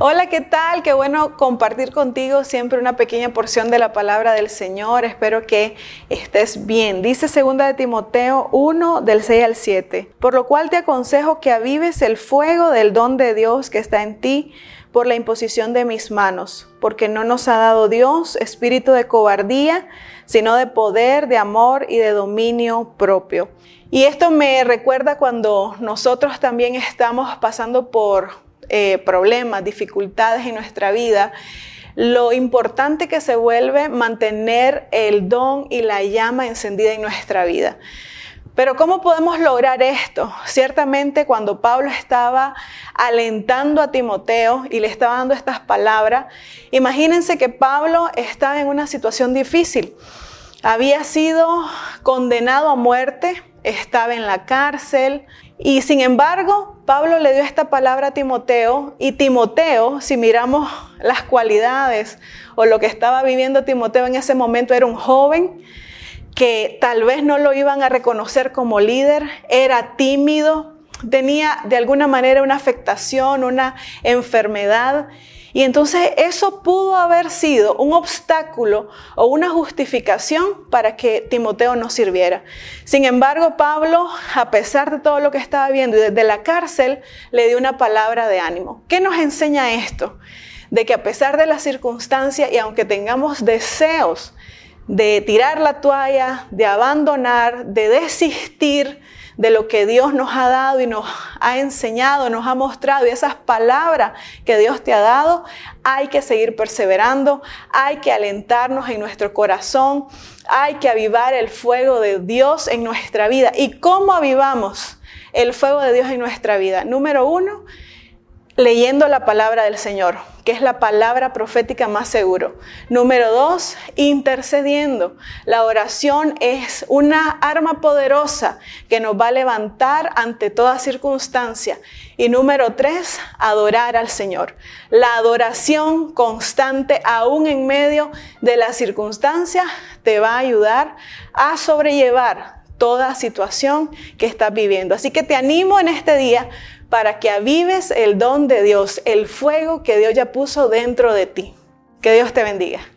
Hola, ¿qué tal? Qué bueno compartir contigo siempre una pequeña porción de la palabra del Señor. Espero que estés bien. Dice 2 de Timoteo 1, del 6 al 7. Por lo cual te aconsejo que avives el fuego del don de Dios que está en ti por la imposición de mis manos, porque no nos ha dado Dios espíritu de cobardía, sino de poder, de amor y de dominio propio. Y esto me recuerda cuando nosotros también estamos pasando por problemas, dificultades en nuestra vida, lo importante que se vuelve mantener el don y la llama encendida en nuestra vida. Pero ¿cómo podemos lograr esto? Ciertamente cuando Pablo estaba alentando a Timoteo y le estaba dando estas palabras, imagínense que Pablo estaba en una situación difícil. Había sido condenado a muerte, estaba en la cárcel y sin embargo Pablo le dio esta palabra a Timoteo y Timoteo, si miramos las cualidades o lo que estaba viviendo Timoteo en ese momento, era un joven que tal vez no lo iban a reconocer como líder, era tímido, tenía de alguna manera una afectación, una enfermedad. Y entonces eso pudo haber sido un obstáculo o una justificación para que Timoteo no sirviera. Sin embargo, Pablo, a pesar de todo lo que estaba viendo y desde la cárcel, le dio una palabra de ánimo. ¿Qué nos enseña esto? De que a pesar de las circunstancias y aunque tengamos deseos de tirar la toalla, de abandonar, de desistir de lo que Dios nos ha dado y nos ha enseñado, nos ha mostrado, y esas palabras que Dios te ha dado, hay que seguir perseverando, hay que alentarnos en nuestro corazón, hay que avivar el fuego de Dios en nuestra vida. ¿Y cómo avivamos el fuego de Dios en nuestra vida? Número 1, leyendo la palabra del Señor, que es la palabra profética más seguro. Número 2, intercediendo. La oración es una arma poderosa que nos va a levantar ante toda circunstancia. Y número 3, adorar al Señor. La adoración constante, aún en medio de las circunstancias, te va a ayudar a sobrellevar toda situación que estás viviendo. Así que te animo en este día para que avives el don de Dios, el fuego que Dios ya puso dentro de ti. Que Dios te bendiga.